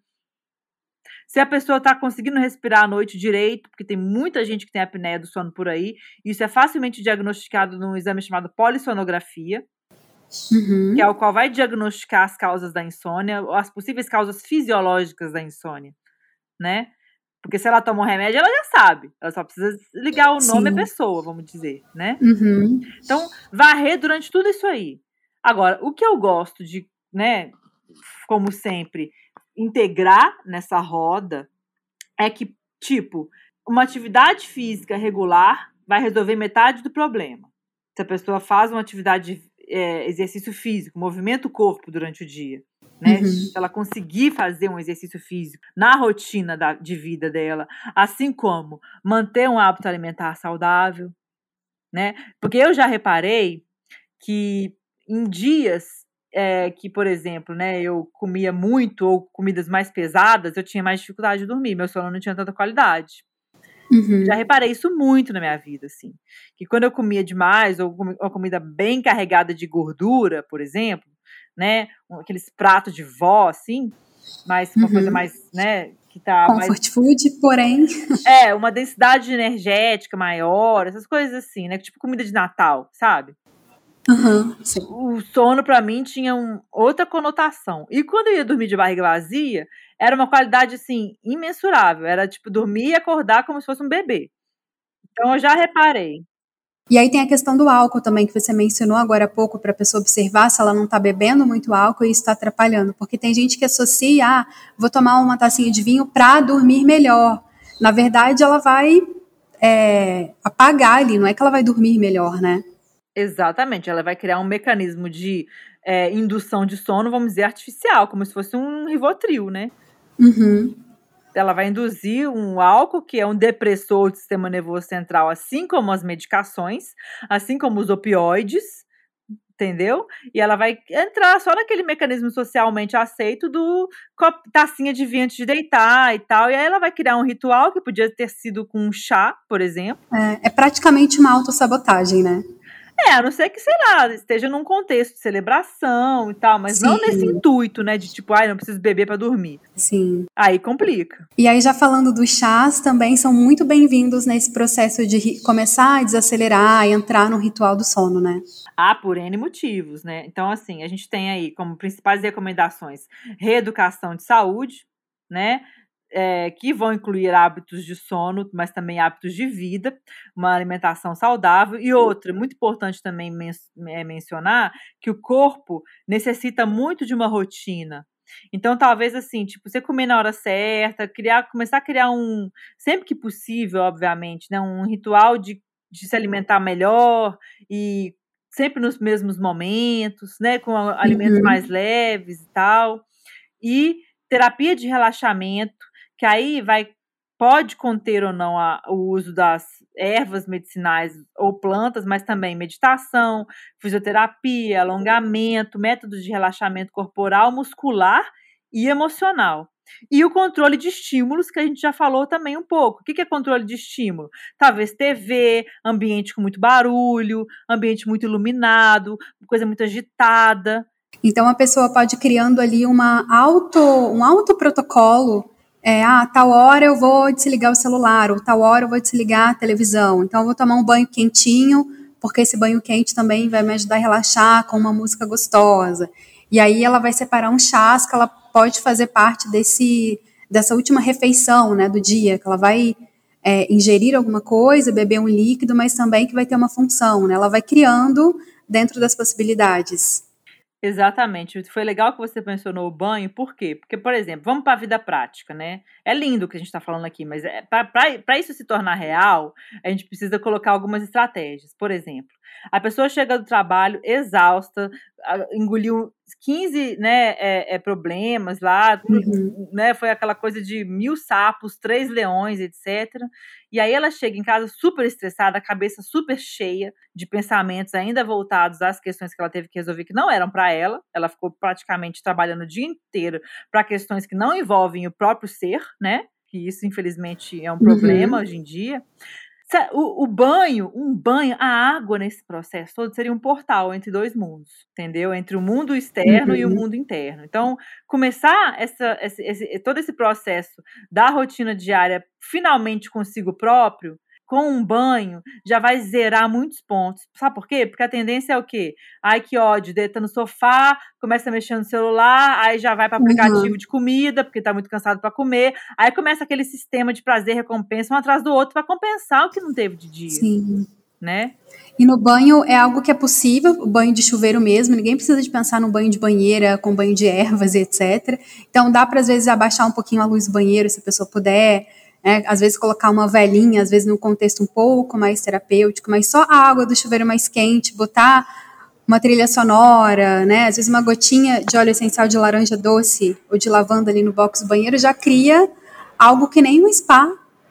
Se a pessoa está conseguindo respirar à noite direito, porque tem muita gente que tem apneia do sono por aí, isso é facilmente diagnosticado num exame chamado polissonografia, uhum. que é o qual vai diagnosticar as causas da insônia, as possíveis causas fisiológicas da insônia, né? Porque se ela toma um remédio, ela já sabe. Ela só precisa ligar o nome à pessoa, vamos dizer, né? Uhum. Então, varrer durante tudo isso aí. Agora, o que eu gosto de, né, como sempre, integrar nessa roda é que, tipo, uma atividade física regular vai resolver metade do problema. Se a pessoa faz uma atividade, é, exercício físico, movimenta o corpo durante o dia, né? Uhum. Se ela conseguir fazer um exercício físico na rotina da, de vida dela, assim como manter um hábito alimentar saudável, né? Porque eu já reparei que em dias é, que, por exemplo, né, eu comia muito ou comidas mais pesadas, eu tinha mais dificuldade de dormir, meu sono não tinha tanta qualidade. Uhum. Já reparei isso muito na minha vida, assim, que quando eu comia demais ou uma comida bem carregada de gordura, por exemplo, né? Aqueles pratos de vó, assim, mas uma uhum. coisa mais, né? Que tá Comfort mais... food, porém... É, uma densidade energética maior, essas coisas assim, né? Tipo comida de Natal, sabe? Uhum, sim. O sono, pra mim, tinha um, outra conotação. E quando eu ia dormir de barriga vazia, era uma qualidade, assim, imensurável. Era, tipo, dormir e acordar como se fosse um bebê. Então, eu já reparei. E aí tem a questão do álcool também, que você mencionou agora há pouco, para a pessoa observar se ela não está bebendo muito álcool e isso está atrapalhando. Porque tem gente que associa, ah, vou tomar uma tacinha de vinho para dormir melhor. Na verdade, ela vai é, apagar ali, não é que ela vai dormir melhor, né? Exatamente, ela vai criar um mecanismo de é, indução de sono, vamos dizer, artificial, como se fosse um Rivotril, né? Uhum. Ela vai induzir um álcool, que é um depressor do sistema nervoso central, assim como as medicações, assim como os opioides, entendeu? E ela vai entrar só naquele mecanismo socialmente aceito do tacinha de vinho antes de deitar e tal, e aí ela vai criar um ritual que podia ter sido com um chá, por exemplo. É, é praticamente uma autossabotagem, né? É, a não ser que, sei lá, esteja num contexto de celebração e tal, mas Sim. não nesse intuito, né, de tipo, ai, não preciso beber pra dormir. Sim. Aí complica. E aí, já falando dos chás, também são muito bem-vindos nesse processo de começar a desacelerar e entrar no ritual do sono, né? Ah, por N motivos, né? Então, assim, a gente tem aí como principais recomendações reeducação de saúde, né? É, que vão incluir hábitos de sono, mas também hábitos de vida, uma alimentação saudável e outra, muito importante também men é mencionar, que o corpo necessita muito de uma rotina. Então, talvez assim, tipo, você comer na hora certa, criar, começar a criar um, sempre que possível, obviamente, né, um ritual de, de se alimentar melhor e sempre nos mesmos momentos, né, com alimentos Uhum. mais leves e tal. E terapia de relaxamento, que aí vai, pode conter ou não a, o uso das ervas medicinais ou plantas, mas também meditação, fisioterapia, alongamento, métodos de relaxamento corporal, muscular e emocional. E o controle de estímulos, que a gente já falou também um pouco. O que é controle de estímulo? Talvez T V, ambiente com muito barulho, ambiente muito iluminado, coisa muito agitada. Então, a pessoa pode ir criando ali uma auto, um autoprotocolo. É, ah, tal hora eu vou desligar o celular, ou tal hora eu vou desligar a televisão. Então, eu vou tomar um banho quentinho, porque esse banho quente também vai me ajudar a relaxar com uma música gostosa. E aí ela vai separar um chás que ela pode fazer parte desse, dessa última refeição, né, do dia, que ela vai é, ingerir alguma coisa, beber um líquido, mas também que vai ter uma função, né? Ela vai criando dentro das possibilidades. Exatamente. Foi legal que você mencionou o banho, por quê? Porque, por exemplo, vamos para a vida prática, né? É lindo o que a gente está falando aqui, mas é, para isso se tornar real, a gente precisa colocar algumas estratégias. Por exemplo, a pessoa chega do trabalho exausta, engoliu quinze né, é, é, problemas lá, Uhum. né, foi aquela coisa de mil sapos, três leões, etcétera. E aí ela chega em casa super estressada, a cabeça super cheia de pensamentos ainda voltados às questões que ela teve que resolver, que não eram para ela. Ela ficou praticamente trabalhando o dia inteiro para questões que não envolvem o próprio ser, né? Que isso, infelizmente, é um problema Uhum. hoje em dia. O, o banho, um banho, a água nesse processo todo seria um portal entre dois mundos, entendeu? Entre o mundo externo Uhum. e o mundo interno. Então, começar essa, esse, esse, todo esse processo da rotina diária finalmente consigo próprio, com um banho, já vai zerar muitos pontos. Sabe por quê? Porque a tendência é o quê? Ai, que ódio, deita no sofá, começa a mexer no celular, aí já vai para aplicativo Uhum. de comida, porque tá muito cansado para comer, aí começa aquele sistema de prazer e recompensa um atrás do outro para compensar o que não teve de dia. Sim. Né? E no banho é algo que é possível, o banho de chuveiro mesmo, ninguém precisa de pensar no banho de banheira, com banho de ervas, etcétera. Então dá para às vezes abaixar um pouquinho a luz do banheiro, se a pessoa puder, né? Às vezes colocar uma velinha, às vezes num contexto um pouco mais terapêutico, mas só a água do chuveiro mais quente, botar uma trilha sonora, né? Às vezes uma gotinha de óleo essencial de laranja doce ou de lavanda ali no box do banheiro já cria algo que nem um spa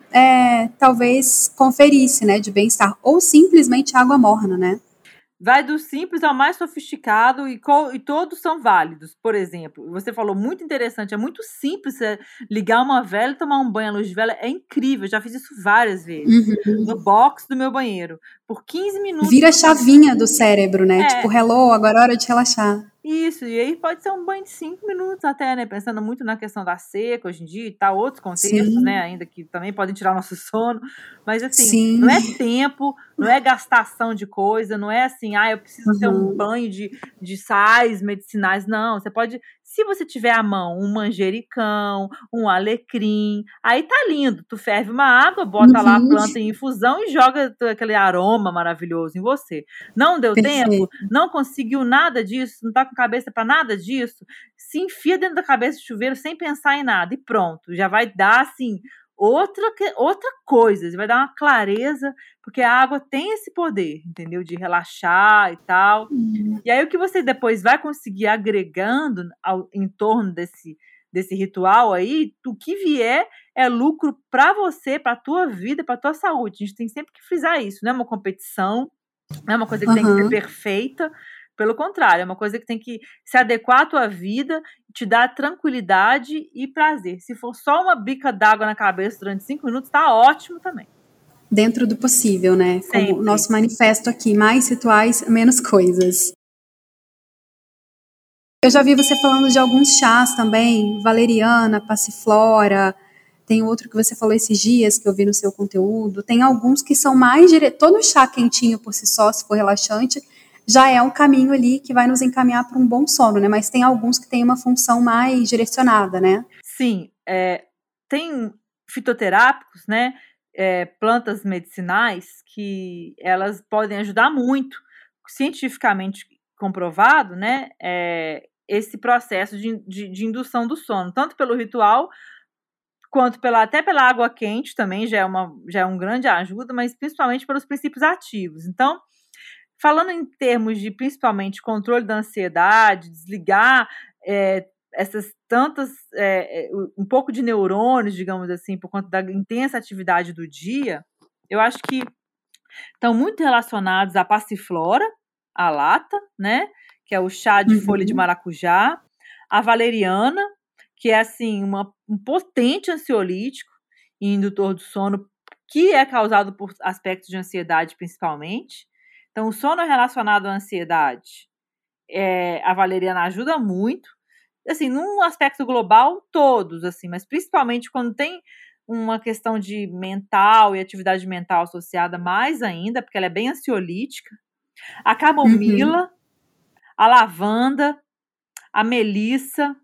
É, talvez conferisse, né, de bem-estar, ou simplesmente água morna, né? Vai do simples ao mais sofisticado e, e todos são válidos. Por exemplo, você falou muito interessante, é muito simples você ligar uma vela e tomar um banho à luz de vela, é incrível, eu já fiz isso várias vezes. Uhum. No box do meu banheiro, por quinze minutos. Vira a chavinha do cérebro, né? É. Tipo, hello, agora é hora de relaxar. Isso, e aí pode ser um banho de cinco minutos até, né? Pensando muito na questão da seca hoje em dia e tal, outros contextos, Sim, né? Ainda que também podem tirar nosso sono. Mas assim, sim. não é tempo, não é gastação de coisa, não é assim, ah, eu preciso ter um Uhum. banho de, de sais medicinais. Não, você pode, se você tiver à mão um manjericão, um alecrim, aí tá lindo. Tu ferve uma água, bota lá a Uhum. planta em infusão e joga aquele aroma maravilhoso em você. Não deu tempo? Perfeito. Não conseguiu nada disso? Não tá com cabeça para nada disso? Se enfia dentro da cabeça do chuveiro sem pensar em nada e pronto. Já vai dar, assim, outra, outra coisa. Vai dar uma clareza, porque a água tem esse poder, entendeu? De relaxar e tal. E aí o que você depois vai conseguir agregando ao, em torno desse, desse ritual aí, o que vier é lucro para você, para tua vida, para tua saúde. A gente tem sempre que frisar isso, não é uma competição, não é uma coisa que tem que ser Uhum. perfeita, pelo contrário, é uma coisa que tem que se adequar à tua vida, te dar tranquilidade e prazer. Se for só uma bica d'água na cabeça durante cinco minutos, tá ótimo também. Dentro do possível, né? Como o Sempre. nosso manifesto aqui, mais rituais, menos coisas. Eu já vi você falando de alguns chás também, valeriana, passiflora, tem outro que você falou esses dias, que eu vi no seu conteúdo, tem alguns que são mais dire... todo chá quentinho por si só, se for relaxante, já é um caminho ali que vai nos encaminhar para um bom sono, né? Mas tem alguns que têm uma função mais direcionada, né? Sim, é, tem fitoterápicos, né? É, plantas medicinais que elas podem ajudar muito, cientificamente comprovado, né? É, esse processo de, de, de indução do sono, tanto pelo ritual quanto pela, até pela água quente também já é, uma, já é um grande ajuda, mas principalmente pelos princípios ativos. Então, falando em termos de principalmente controle da ansiedade, desligar é, essas tantas, é, um pouco de neurônios, digamos assim, por conta da intensa atividade do dia, eu acho que estão muito relacionados à passiflora, a lata, né, que é o chá de folha de Uhum. maracujá, a valeriana, que é assim uma, um potente ansiolítico e indutor do sono, que é causado por aspectos de ansiedade principalmente. Então, o sono relacionado à ansiedade, é, a valeriana ajuda muito, assim, num aspecto global, todos, assim, mas principalmente quando tem uma questão de mental e atividade mental associada mais ainda, porque ela é bem ansiolítica. A Uhum. camomila, a lavanda, a melissa,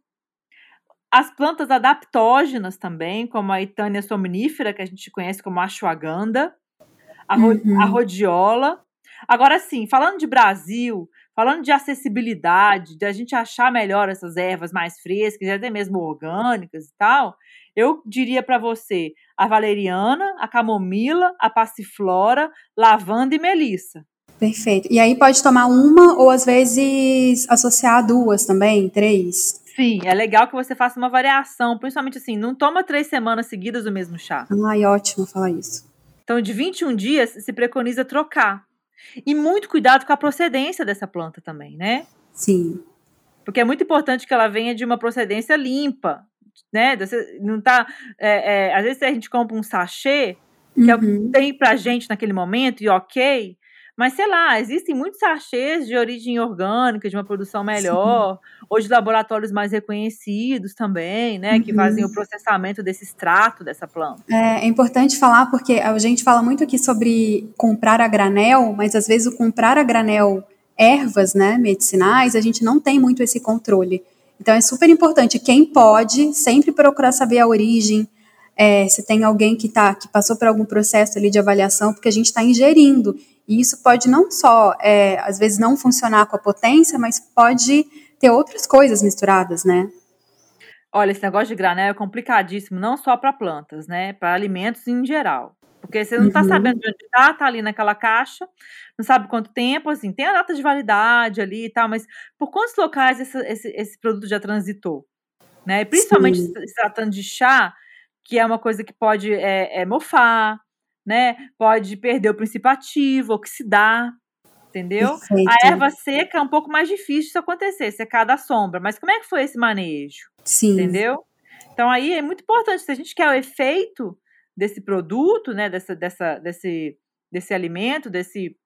as plantas adaptógenas também, como a Itânia somnífera, que a gente conhece como ashwagandha, a, ro a Uhum. rhodiola. Agora sim, falando de Brasil, falando de acessibilidade, de a gente achar melhor essas ervas mais frescas, até mesmo orgânicas e tal, eu diria para você a valeriana, a camomila, a passiflora, lavanda e melissa. Perfeito. E aí pode tomar uma ou às vezes associar duas também, três. Sim, é legal que você faça uma variação, principalmente assim, não toma três semanas seguidas o mesmo chá. Ai, ótimo falar isso. Então, de vinte e um dias, se preconiza trocar. E muito cuidado com a procedência dessa planta também, né? Sim. Porque é muito importante que ela venha de uma procedência limpa, né? Você não tá, é, é, às vezes a gente compra um sachê, que é o que Uhum. tem pra gente naquele momento, e ok, mas sei lá, existem muitos sachês de origem orgânica, de uma produção Sim. melhor, ou de laboratórios mais reconhecidos também, né? Que fazem o Uhum. processamento desse extrato dessa planta. É, é importante falar porque a gente fala muito aqui sobre comprar a granel, mas às vezes o comprar a granel ervas, né, medicinais, a gente não tem muito esse controle. Então é super importante, quem pode, sempre procurar saber a origem, é, se tem alguém que, tá, que passou por algum processo ali de avaliação, porque a gente está ingerindo. E isso pode não só, é, às vezes, não funcionar com a potência, mas pode ter outras coisas misturadas, né? Olha, esse negócio de granel é complicadíssimo, não só para plantas, né? Para alimentos em geral. Porque você não está sabendo Uhum. de onde está, está ali naquela caixa, não sabe quanto tempo, assim, tem a data de validade ali e tal, mas por quantos locais esse, esse, esse produto já transitou? Né? E principalmente Sim, se se tratando de chá, que é uma coisa que pode é, é, mofar, né? Pode perder o princípio ativo, oxidar. Entendeu? A perfeito. erva seca é um pouco mais difícil isso acontecer, secar da sombra, mas como é que foi esse manejo? Sim. Entendeu? Então aí é muito importante, se a gente quer o efeito desse produto, né, dessa, dessa, desse, desse alimento, desse,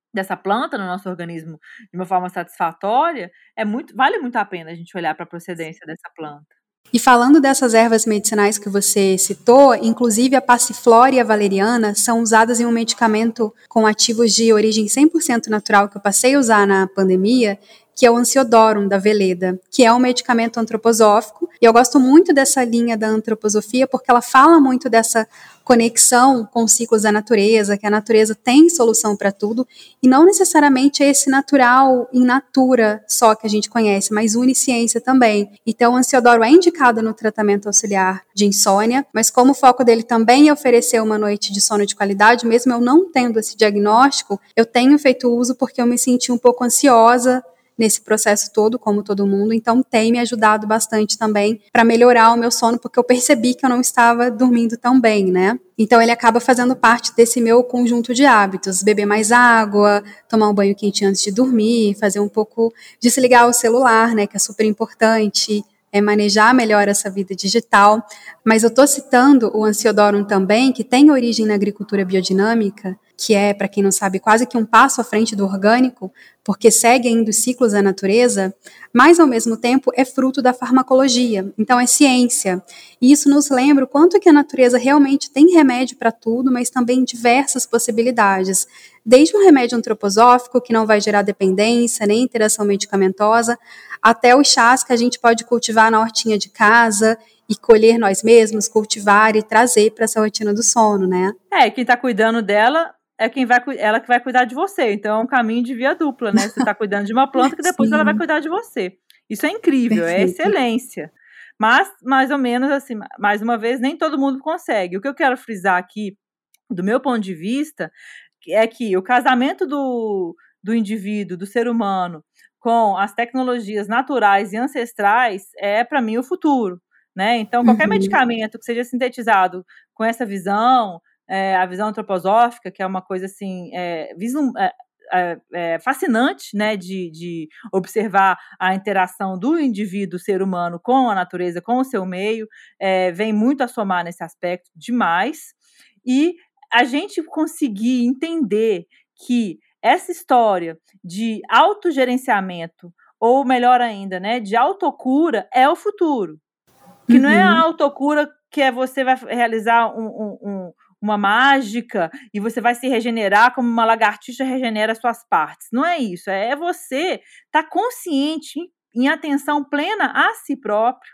dessa planta no nosso organismo de uma forma satisfatória, é muito, vale muito a pena a gente olhar para a procedência dessa planta. E falando dessas ervas medicinais que você citou, inclusive a passiflora e a valeriana são usadas em um medicamento com ativos de origem cem por cento natural que eu passei a usar na pandemia, que é o Anciodorum, da Veleda, que é um medicamento antroposófico. E eu gosto muito dessa linha da antroposofia porque ela fala muito dessa conexão com os ciclos da natureza, que a natureza tem solução para tudo, e não necessariamente é esse natural in natura só que a gente conhece, mas unisciência também. Então, o Anciodorum é indicado no tratamento auxiliar de insônia, mas como o foco dele também é oferecer uma noite de sono de qualidade, mesmo eu não tendo esse diagnóstico, eu tenho feito uso porque eu me senti um pouco ansiosa nesse processo todo, como todo mundo, então tem me ajudado bastante também para melhorar o meu sono, porque eu percebi que eu não estava dormindo tão bem, né? Então ele acaba fazendo parte desse meu conjunto de hábitos, beber mais água, tomar um banho quente antes de dormir, fazer um pouco, desligar o celular, né, que é super importante, é manejar melhor essa vida digital. Mas eu estou citando o Anciodorum também, que tem origem na agricultura biodinâmica, que é, para quem não sabe, quase que um passo à frente do orgânico, porque segue ainda os ciclos da natureza, mas, ao mesmo tempo, é fruto da farmacologia. Então, é ciência. E isso nos lembra o quanto que a natureza realmente tem remédio para tudo, mas também diversas possibilidades. Desde um remédio antroposófico, que não vai gerar dependência, nem interação medicamentosa, até os chás que a gente pode cultivar na hortinha de casa e colher nós mesmos, cultivar e trazer para essa rotina do sono, né? É, quem está cuidando dela é quem vai, ela que vai cuidar de você. Então é um caminho de via dupla, né? Você está cuidando de uma planta que depois Sim. ela vai cuidar de você. Isso é incrível, Perfeito. É excelência. Mas, mais ou menos assim, mais uma vez, nem todo mundo consegue. O que eu quero frisar aqui, do meu ponto de vista, é que o casamento do, do indivíduo, do ser humano, com as tecnologias naturais e ancestrais é, para mim, o futuro. Né? Então, qualquer uhum. medicamento que seja sintetizado com essa visão, é, a visão antroposófica, que é uma coisa assim, é, visum, é, é, é, fascinante, né, de, de observar a interação do indivíduo, ser humano, com a natureza, com o seu meio, é, vem muito a somar nesse aspecto demais. E a gente conseguir entender que essa história de autogerenciamento, ou melhor ainda, né, de autocura, é o futuro. Que uhum. não é a autocura que é você vai realizar um, um, um, uma mágica e você vai se regenerar como uma lagartixa regenera suas partes. Não é isso. É você estar tá consciente, em atenção plena a si próprio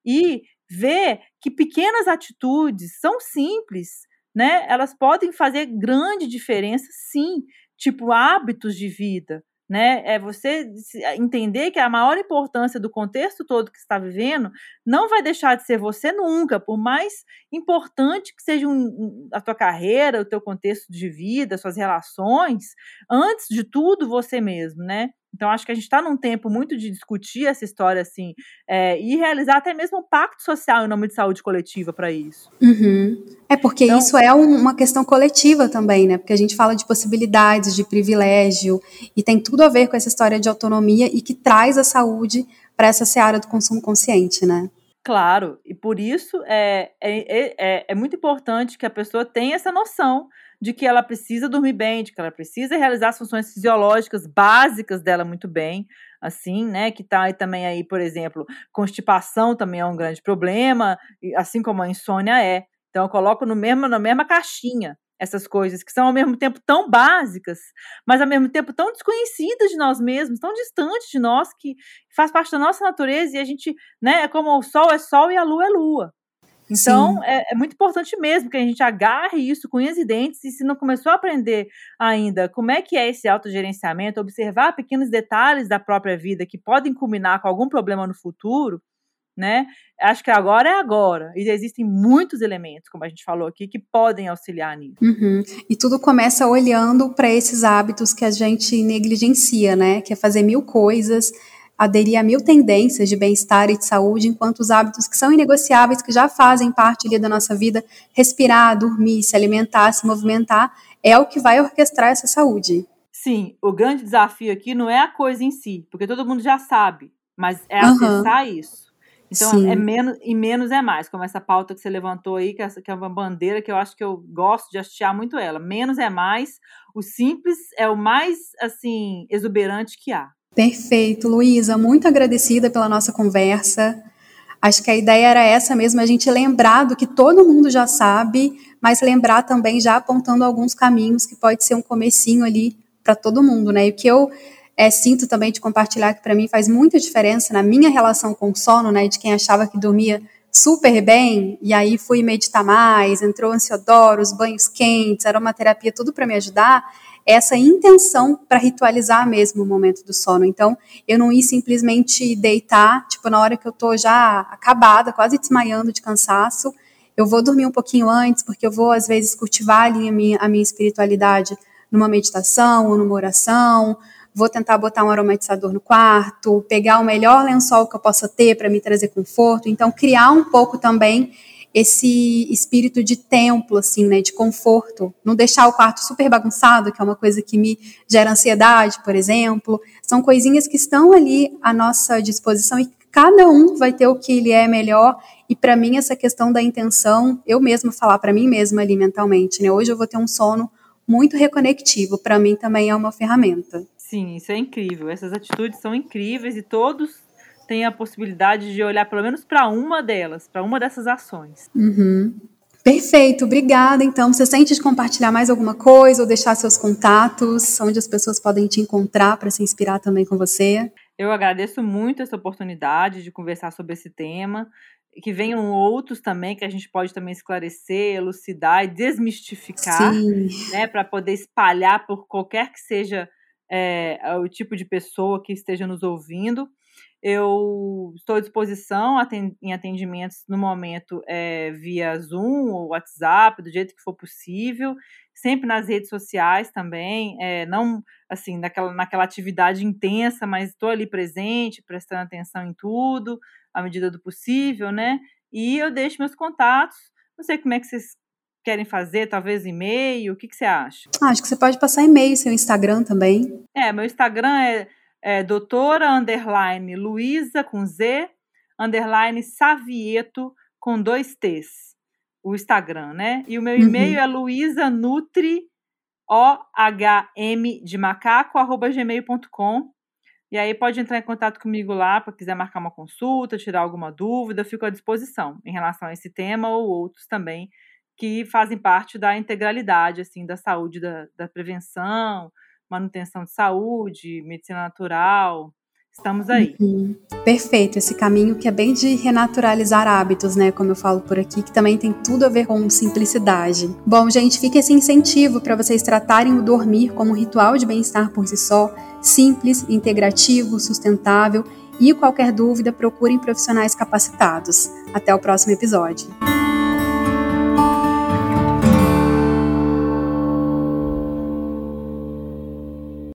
e ver que pequenas atitudes são simples, né? Elas podem fazer grande diferença, sim. Tipo, hábitos de vida. Né? É você entender que a maior importância do contexto todo que você está vivendo não vai deixar de ser você nunca, por mais importante que seja um, a tua carreira, o teu contexto de vida, suas relações, antes de tudo você mesmo, né? Então, acho que a gente está num tempo muito de discutir essa história, assim, é, e realizar até mesmo um pacto social em nome de saúde coletiva para isso. Uhum. É porque então, isso é um, uma questão coletiva também, né? Porque a gente fala de possibilidades, de privilégio, e tem tudo a ver com essa história de autonomia e que traz a saúde para essa seara do consumo consciente, né? Claro, e por isso é, é, é, é muito importante que a pessoa tenha essa noção de que ela precisa dormir bem, de que ela precisa realizar as funções fisiológicas básicas dela muito bem, assim, né, que tá aí também aí, por exemplo, constipação também é um grande problema, assim como a insônia é. Então eu coloco no mesmo, na mesma caixinha essas coisas que são ao mesmo tempo tão básicas, mas ao mesmo tempo tão desconhecidas de nós mesmos, tão distantes de nós, que faz parte da nossa natureza e a gente, né, é como o sol é sol e a lua é lua. Então, é, é muito importante mesmo que a gente agarre isso com unhas e dentes, e se não começou a aprender ainda como é que é esse autogerenciamento, observar pequenos detalhes da própria vida que podem culminar com algum problema no futuro, né? Acho que agora é agora, e existem muitos elementos, como a gente falou aqui, que podem auxiliar nisso. Uhum. E tudo começa olhando para esses hábitos que a gente negligencia, né? Que é fazer mil coisas, aderir a mil tendências de bem-estar e de saúde, enquanto os hábitos que são inegociáveis, que já fazem parte ali da nossa vida, respirar, dormir, se alimentar, se movimentar, é o que vai orquestrar essa saúde. Sim, o grande desafio aqui não é a coisa em si, porque todo mundo já sabe, mas é acessar uhum. isso. Então, Sim. é menos, e menos é mais, como essa pauta que você levantou aí, que, essa, que é uma bandeira que eu acho que eu gosto de hastear muito ela. Menos é mais, o simples é o mais, assim, exuberante que há. Perfeito, Luísa, muito agradecida pela nossa conversa. Acho que a ideia era essa mesmo, a gente lembrar do que todo mundo já sabe, mas lembrar também já apontando alguns caminhos que pode ser um comecinho ali para todo mundo, né? E o que eu é, sinto também de compartilhar que para mim faz muita diferença na minha relação com o sono, né? De quem achava que dormia super bem, e aí fui meditar mais, entrou ansiodoro, os banhos quentes, aromaterapia, tudo para me ajudar, essa intenção para ritualizar mesmo o momento do sono. Então, eu não ir simplesmente deitar, tipo, na hora que eu tô já acabada, quase desmaiando de cansaço, eu vou dormir um pouquinho antes, porque eu vou, às vezes, cultivar ali a minha, a minha espiritualidade numa meditação ou numa oração, vou tentar botar um aromatizador no quarto, pegar o melhor lençol que eu possa ter para me trazer conforto, então criar um pouco também esse espírito de templo, assim, né, de conforto, não deixar o quarto super bagunçado, que é uma coisa que me gera ansiedade, por exemplo, são coisinhas que estão ali à nossa disposição e cada um vai ter o que lhe é melhor, e para mim essa questão da intenção, eu mesma falar para mim mesma ali mentalmente, né, hoje eu vou ter um sono muito reconectivo, para mim também é uma ferramenta. Sim, isso é incrível, essas atitudes são incríveis e todos têm a possibilidade de olhar pelo menos para uma delas, para uma dessas ações. Uhum. Perfeito, obrigada. Então, você sente de compartilhar mais alguma coisa ou deixar seus contatos, onde as pessoas podem te encontrar para se inspirar também com você? Eu agradeço muito essa oportunidade de conversar sobre esse tema, que venham outros também, que a gente pode também esclarecer, elucidar e desmistificar, né, para poder espalhar por qualquer que seja é, o tipo de pessoa que esteja nos ouvindo. Eu estou à disposição em atendimentos no momento é, via Zoom ou WhatsApp, do jeito que for possível, sempre nas redes sociais também, é, não assim, naquela, naquela atividade intensa, mas estou ali presente, prestando atenção em tudo, à medida do possível, né? E eu deixo meus contatos, não sei como é que vocês querem fazer, talvez e-mail, o que, que você acha? Ah, acho que você pode passar e-mail, seu Instagram também. É, meu Instagram é É, doutora, underline, Luísa, com Z, underline, Savieto, com dois T's, o Instagram, né? E o meu e-mail uhum. é luisanutri, O H M de macaco, arroba gmail ponto com. E aí pode entrar em contato comigo lá, para quiser marcar uma consulta, tirar alguma dúvida, eu fico à disposição em relação a esse tema ou outros também que fazem parte da integralidade, assim, da saúde, da, da prevenção, manutenção de saúde, medicina natural, estamos aí. Uhum. Perfeito, esse caminho que é bem de renaturalizar hábitos, né, como eu falo por aqui, que também tem tudo a ver com simplicidade. Bom, gente, fica esse incentivo para vocês tratarem o dormir como um ritual de bem-estar por si só, simples, integrativo, sustentável, e qualquer dúvida, procurem profissionais capacitados. Até o próximo episódio.